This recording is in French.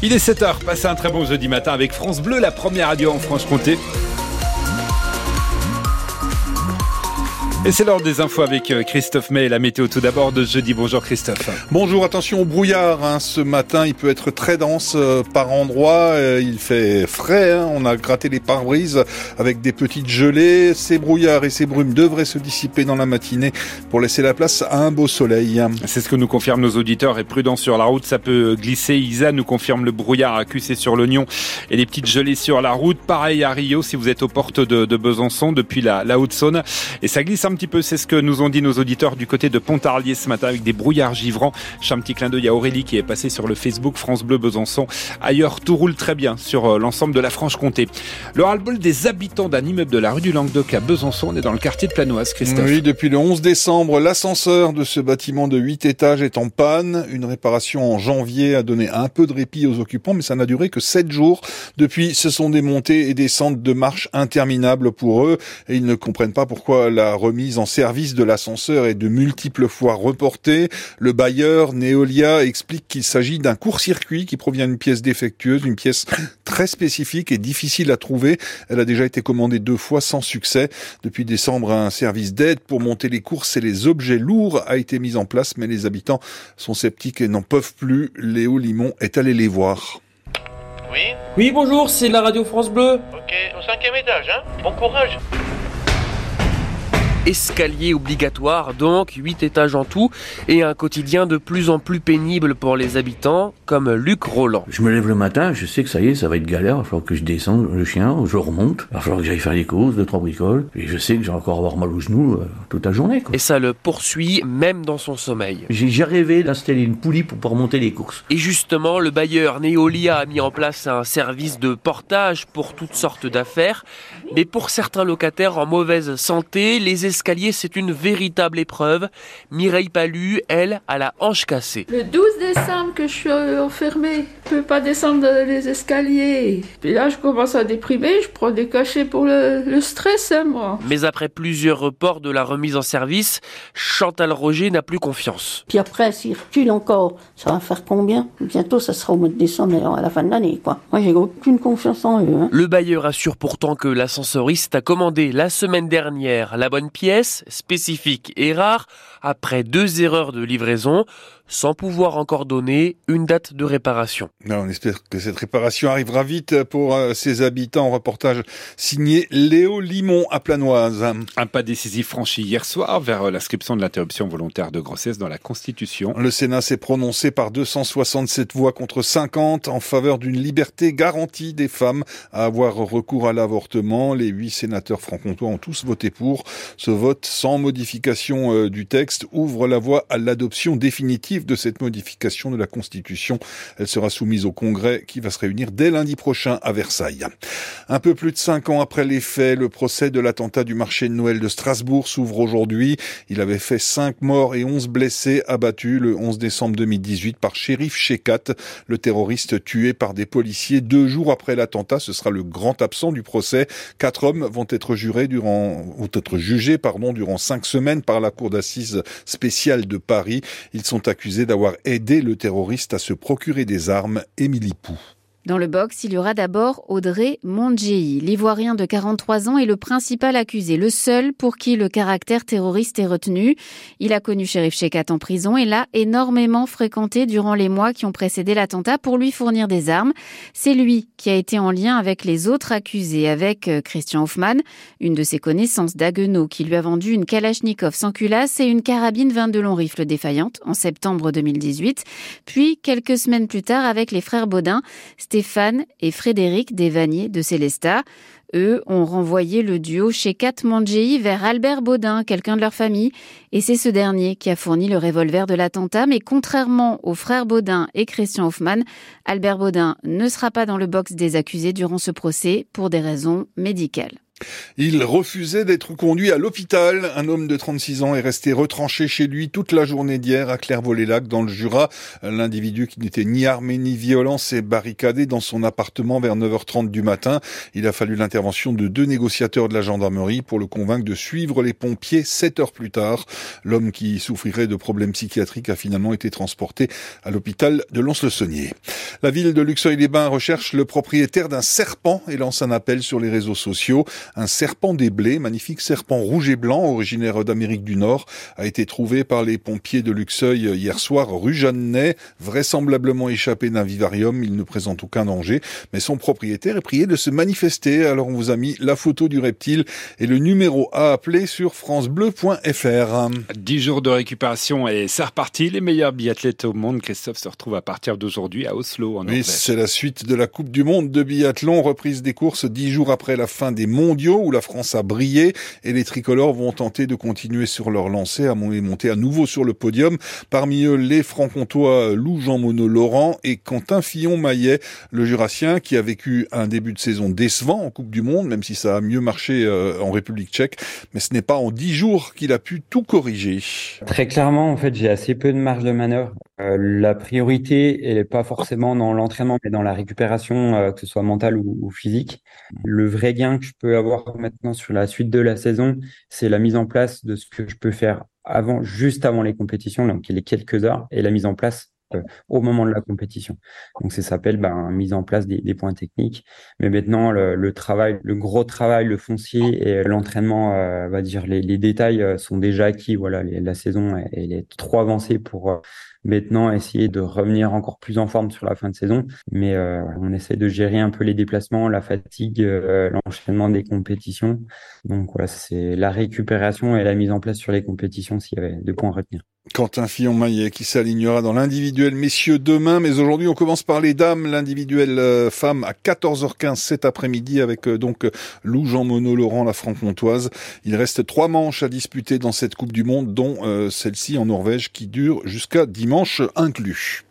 Il est 7h, passez un très bon jeudi matin avec France Bleu, la première radio en Franche-Comté. Et c'est l'heure des infos avec Christophe May et la météo tout d'abord de jeudi. Bonjour Christophe. Bonjour, attention au brouillard. Ce matin, il peut être très dense par endroits. Il fait frais. On a gratté les pare-brises avec des petites gelées. Ces brouillards et ces brumes devraient se dissiper dans la matinée pour laisser la place à un beau soleil. C'est ce que nous confirment nos auditeurs. Et prudence sur la route, ça peut glisser. Isa nous confirme le brouillard à Cussé sur l'Oignon et les petites gelées sur la route. Pareil à Rio si vous êtes aux portes de Besançon depuis la Haute-Saône. Et ça glisse un petit peu, c'est ce que nous ont dit nos auditeurs du côté de Pontarlier ce matin avec des brouillards givrants. Un petit clin d'œil à Aurélie qui est passée sur le Facebook France Bleu Besançon. Ailleurs, tout roule très bien sur l'ensemble de la Franche-Comté. Le ras-le-bol des habitants d'un immeuble de la rue du Languedoc à Besançon. On est dans le quartier de Planoise, Christophe. Oui, depuis le 11 décembre, l'ascenseur de ce bâtiment de 8 étages est en panne. Une réparation en janvier a donné un peu de répit aux occupants, mais ça n'a duré que 7 jours. Depuis, ce sont des montées et descentes de marches interminables pour eux et ils ne comprennent pas pourquoi la remise en service de l'ascenseur est de multiples fois reportée. Le bailleur, Neolia, explique qu'il s'agit d'un court-circuit qui provient d'une pièce défectueuse, une pièce très spécifique et difficile à trouver. Elle a déjà été commandée 2 fois sans succès. Depuis décembre, un service d'aide pour monter les courses et les objets lourds a été mis en place, mais les habitants sont sceptiques et n'en peuvent plus. Léo Limon est allé les voir. Oui, bonjour, c'est la radio France Bleu. Ok, au 5e étage, hein. Bon courage. Escalier obligatoire donc, 8 étages en tout, et un quotidien de plus en plus pénible pour les habitants, comme Luc Roland. Je me lève le matin, je sais que ça y est, ça va être galère, il va falloir que je descende le chien, je remonte, il va falloir que j'aille faire les courses, 2-3 bricoles, et je sais que je vais encore avoir mal aux genoux toute la journée, quoi. Et ça le poursuit même dans son sommeil. J'ai rêvé d'installer une poulie pour pouvoir monter les courses. Et justement, le bailleur Neolia a mis en place un service de portage pour toutes sortes d'affaires, mais pour certains locataires en mauvaise santé, les escaliers, c'est une véritable épreuve. Mireille Palu, elle, a la hanche cassée. Le 12 décembre que je suis enfermée, je peux pas descendre les escaliers. Puis là, je commence à déprimer, je prends des cachets pour le stress, hein, moi. Mais après plusieurs reports de la remise en service, Chantal Roger n'a plus confiance. Puis après, s'il recule encore, ça va faire combien ? Bientôt, ça sera au mois de décembre, à la fin de l'année, quoi. Moi, j'ai aucune confiance en eux, hein. Le bailleur assure pourtant que l'ascensoriste a commandé la semaine dernière la bonne pièce, spécifique et rare, après 2 erreurs de livraison, sans pouvoir encore donner une date de réparation. On espère que cette réparation arrivera vite pour ses habitants. Reportage signé Léo Limon à Planoise. Un pas décisif franchi hier soir vers l'inscription de l'interruption volontaire de grossesse dans la Constitution. Le Sénat s'est prononcé par 267 voix contre 50 en faveur d'une liberté garantie des femmes à avoir recours à l'avortement. Les 8 sénateurs franc-comtois ont tous voté pour. Ce vote sans modification du texte ouvre la voie à l'adoption définitive de cette modification de la Constitution. Elle sera soumise au Congrès qui va se réunir dès lundi prochain à Versailles. Un peu plus de 5 ans après les faits, le procès de l'attentat du marché de Noël de Strasbourg s'ouvre aujourd'hui. Il avait fait 5 morts et 11 blessés abattus le 11 décembre 2018 par Cherif Shekat, le terroriste tué par des policiers 2 jours après l'attentat. Ce sera le grand absent du procès. 4 hommes vont être jugés durant 5 semaines par la cour d'assises spéciale de Paris. Ils sont accusés d'avoir aidé le terroriste à se procurer des armes. Émilie Pou. Dans le box, il y aura d'abord Audrey Mondjei. L'Ivoirien de 43 ans est le principal accusé, le seul pour qui le caractère terroriste est retenu. Il a connu Cherif Shekat en prison et l'a énormément fréquenté durant les mois qui ont précédé l'attentat pour lui fournir des armes. C'est lui qui a été en lien avec les autres accusés, avec Christian Hoffmann, une de ses connaissances d'Haguenau, qui lui a vendu une Kalachnikov sans culasse et une carabine 22 long rifle défaillante en septembre 2018. Puis, quelques semaines plus tard, avec les frères Baudin, Stéphane et Frédéric Desvaniers de Célestat. Eux ont renvoyé le duo Shekat-Mondjei vers Albert Baudin, quelqu'un de leur famille. Et c'est ce dernier qui a fourni le revolver de l'attentat. Mais contrairement aux frères Baudin et Christian Hoffmann, Albert Baudin ne sera pas dans le box des accusés durant ce procès pour des raisons médicales. Il refusait d'être conduit à l'hôpital. Un homme de 36 ans est resté retranché chez lui toute la journée d'hier à Clairvaux-les-Lacs dans le Jura. L'individu qui n'était ni armé ni violent s'est barricadé dans son appartement vers 9h30 du matin. Il a fallu l'intervention de 2 négociateurs de la gendarmerie pour le convaincre de suivre les pompiers 7 heures plus tard. L'homme qui souffrirait de problèmes psychiatriques a finalement été transporté à l'hôpital de Lons-le-Saunier. La ville de Luxeuil-les-Bains recherche le propriétaire d'un serpent et lance un appel sur les réseaux sociaux. Un serpent des blés, magnifique serpent rouge et blanc, originaire d'Amérique du Nord, a été trouvé par les pompiers de Luxeuil hier soir rue Jeannet, vraisemblablement échappé d'un vivarium. Il ne présente aucun danger, mais son propriétaire est prié de se manifester. Alors on vous a mis la photo du reptile et le numéro à appeler sur francebleu.fr. 10 jours de récupération et c'est reparti. Les meilleurs biathlètes au monde, Christophe, se retrouvent à partir d'aujourd'hui à Oslo, en Norvège. Oui, c'est la suite de la Coupe du Monde de biathlon, reprise des courses 10 jours après la fin des mondiaux où la France a brillé et les tricolores vont tenter de continuer sur leur lancée à monter à nouveau sur le podium. Parmi eux, les franc-comtois Lou Jean-Monod Laurent et Quentin Fillon-Maillet, le Jurassien qui a vécu un début de saison décevant en Coupe du Monde, même si ça a mieux marché en République tchèque. Mais ce n'est pas en 10 jours qu'il a pu tout corriger. Très clairement, en fait, j'ai assez peu de marge de manœuvre. La priorité, elle n'est pas forcément dans l'entraînement, mais dans la récupération, que ce soit mentale ou physique. Le vrai gain que je peux avoir maintenant sur la suite de la saison, c'est la mise en place de ce que je peux faire juste avant les compétitions, donc les quelques heures, et la mise en place au moment de la compétition. Donc ça s'appelle mise en place des points techniques. Mais maintenant, le travail, le gros travail, le foncier et l'entraînement, les détails sont déjà acquis. Voilà, la saison elle est trop avancée pour maintenant essayer de revenir encore plus en forme sur la fin de saison. Mais on essaie de gérer un peu les déplacements, la fatigue, l'enchaînement des compétitions. Donc voilà, c'est la récupération et la mise en place sur les compétitions s'il y avait 2 points à retenir. Quentin Fillon-Maillet qui s'alignera dans l'individuel messieurs demain, mais aujourd'hui on commence par les dames, l'individuel femme à 14h15 cet après-midi avec donc Lou Jean-Monod Laurent, la franc-comtoise. Il reste 3 manches à disputer dans cette Coupe du Monde, dont celle-ci en Norvège qui dure jusqu'à dimanche inclus.